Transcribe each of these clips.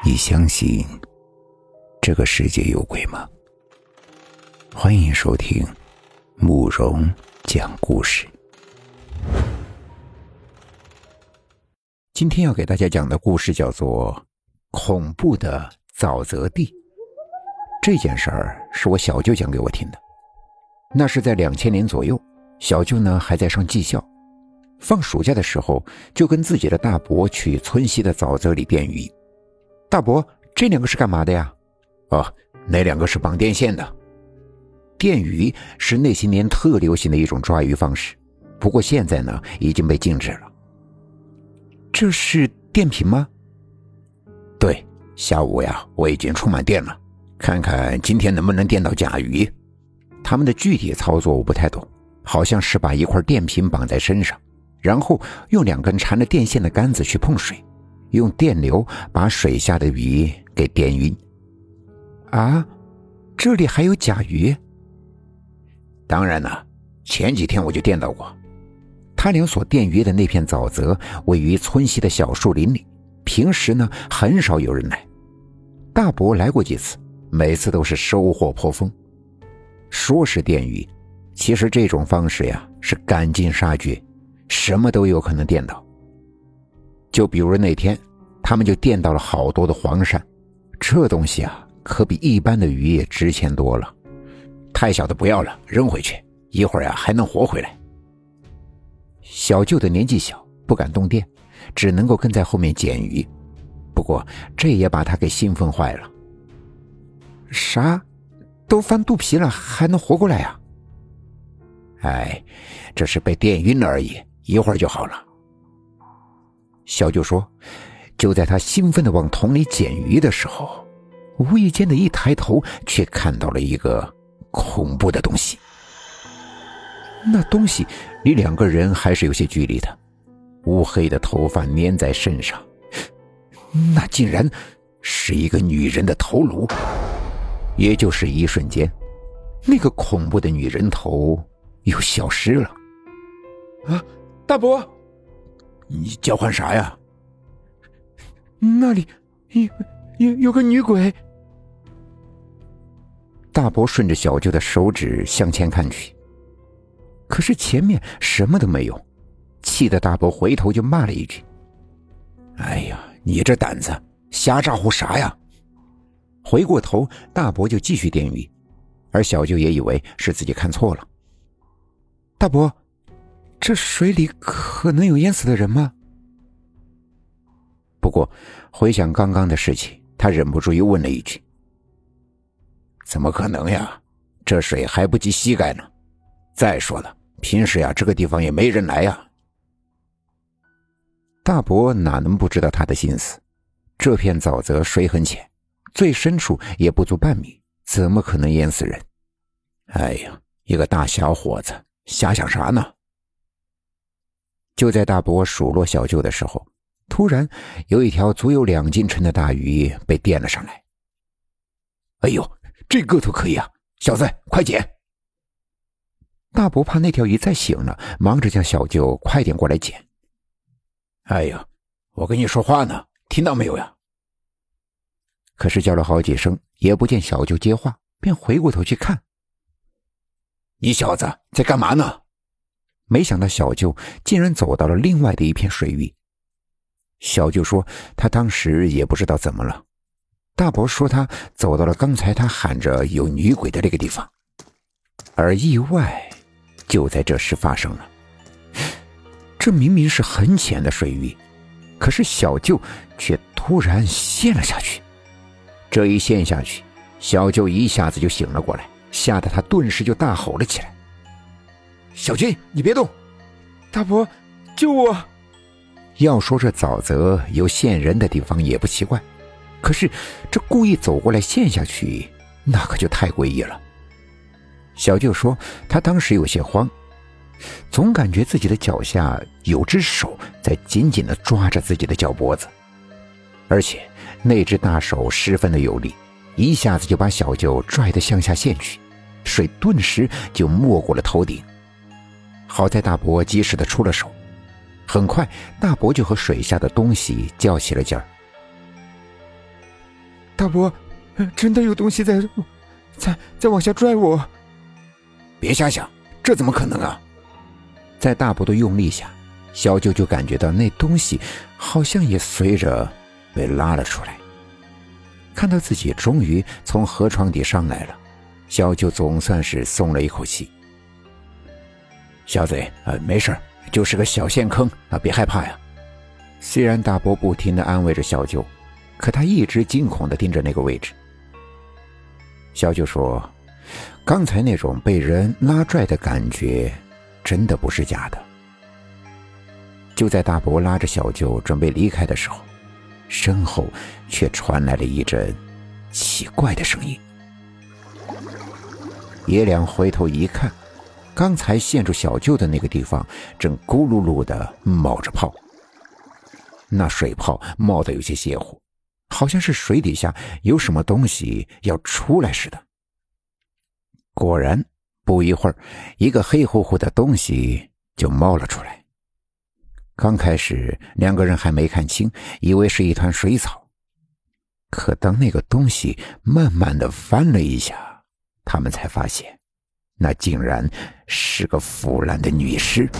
你相信这个世界有鬼吗？欢迎收听慕容讲故事。今天要给大家讲的故事叫做恐怖的沼泽地。这件事儿是我小舅讲给我听的。那是在2000年左右，小舅呢还在上技校，放暑假的时候就跟自己的大伯去村西的沼泽里电鱼。大伯，这两个是干嘛的呀？ 那两个是绑电线的。 电鱼是那些年特流行的一种抓鱼方式，不过现在呢已经被禁止了。这是电瓶吗？ 对，下午呀我已经充满电了，看看今天能不能电到甲鱼。 他们的具体操作我不太懂，好像是把一块电瓶绑在身上，然后用2根缠着电线的杆子去碰水，用电流把水下的鱼给电晕。啊，这里还有甲鱼？ 当然了，前几天我就电到过。 他俩所电鱼的那片沼泽位于村西的小树林里，平时呢很少有人来。大伯来过几次，每次都是收获颇丰。说是电鱼，其实这种方式呀是赶尽杀绝，什么都有可能电到。就比如那天他们就电到了好多的黄鳝，这东西啊可比一般的鱼也值钱多了。 太小的不要了，扔回去，一会儿呀还能活回来。 小舅的年纪小，不敢动电，只能够跟在后面捡鱼。不过这也把他给兴奋坏了。啥？都翻肚皮了还能活过来啊？ 这是被电晕了而已，一会儿就好了。 小舅说，就在他兴奋地往桶里捡鱼的时候，无意间的一抬头，却看到了一个恐怖的东西。那东西离2个人还是有些距离的，乌黑的头发粘在身上，那竟然是一个女人的头颅。也就是一瞬间，那个恐怖的女人头又消失了。 大伯， 你叫唤啥呀？ 那里有个女鬼。 大伯顺着小舅的手指向前看去，可是前面什么都没有，气得大伯回头就骂了一句： 你这胆子，瞎咋呼啥呀？ 回过头，大伯就继续电鱼，而小舅也以为是自己看错了。大伯，这水里可能有淹死的人吗？不过回想刚刚的事情，他忍不住又问了一句： 怎么可能呀？这水还不及膝盖呢。再说了，平时呀这个地方也没人来呀。 大伯哪能不知道他的心思？这片沼泽水很浅，最深处也不足半米，怎么可能淹死人？ 一个大小伙子，瞎想啥呢？ 就在大伯数落小舅的时候，突然有一条足有2斤称的大鱼被电了上来。 这个头可以啊，小子快捡！ 大伯怕那条鱼再醒了，忙着叫小舅快点过来捡。 我跟你说话呢，听到没有呀？ 可是叫了好几声也不见小舅接话，便回过头去看。 你小子在干嘛呢？ 没想到小舅竟然走到了另外的一片水域。小舅说他当时也不知道怎么了。大伯说他走到了刚才他喊着有女鬼的那个地方，而意外就在这时发生了。这明明是很浅的水域，可是小舅却突然陷了下去。这一陷下去，小舅一下子就醒了过来，吓得他顿时就大吼了起来： 小军，你别动！ 大伯，救我！ 要说这沼泽有陷人的地方也不奇怪，可是这故意走过来陷下去，那可就太诡异了。小舅说他当时有些慌，总感觉自己的脚下有只手在紧紧地抓着自己的脚脖子，而且那只大手十分的有力，一下子就把小舅拽得向下陷去，水顿时就没过了头顶。好在大伯及时的出了手，很快大伯就和水下的东西较起了劲儿。 大伯，真的有东西在往下拽我。 别瞎想，这怎么可能啊？ 在大伯的用力下，小舅就感觉到那东西好像也随着被拉了出来。看到自己终于从河床底上来了，小舅总算是松了一口气。 小子，没事，就是个小陷坑啊，别害怕呀。 虽然大伯不停地安慰着小舅，可他一直惊恐地盯着那个位置。小舅说，刚才那种被人拉拽的感觉真的不是假的。就在大伯拉着小舅准备离开的时候，身后却传来了一阵奇怪的声音。爷俩回头一看，刚才陷住小舅的那个地方正咕噜噜地冒着泡，那水泡冒得有些邪乎，好像是水底下有什么东西要出来似的。果然，不一会儿，一个黑乎乎的东西就冒了出来。刚开始两个人还没看清，以为是一团水草，可当那个东西慢慢地翻了一下，他们才发现那竟然是个腐烂的女尸。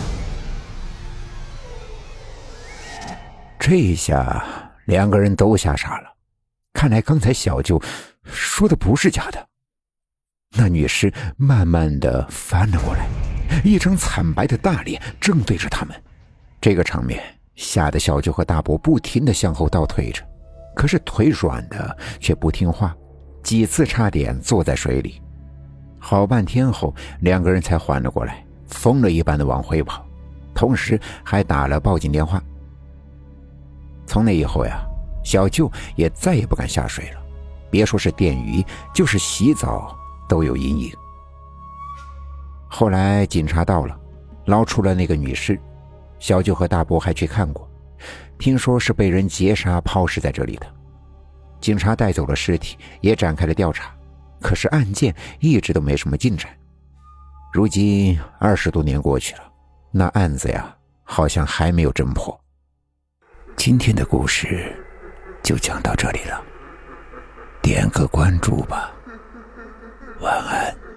这一下两个人都吓傻了，看来刚才小舅说的不是假的。那女尸慢慢地翻了过来，一张惨白的大脸正对着他们。这个场面吓得小舅和大伯不停地向后倒退着，可是腿软的却不听话，几次差点坐在水里。好半天后，两个人才缓了过来，疯了一般的往回跑，同时还打了报警电话。从那以后呀，小舅也再也不敢下水了，别说是电鱼，就是洗澡都有阴影。后来警察到了，捞出了那个女尸，小舅和大伯还去看过，听说是被人劫杀抛尸在这里的。警察带走了尸体，也展开了调查，可是案件一直都没什么进展。如今20多年过去了，那案子呀，好像还没有侦破。今天的故事就讲到这里了，点个关注吧，晚安。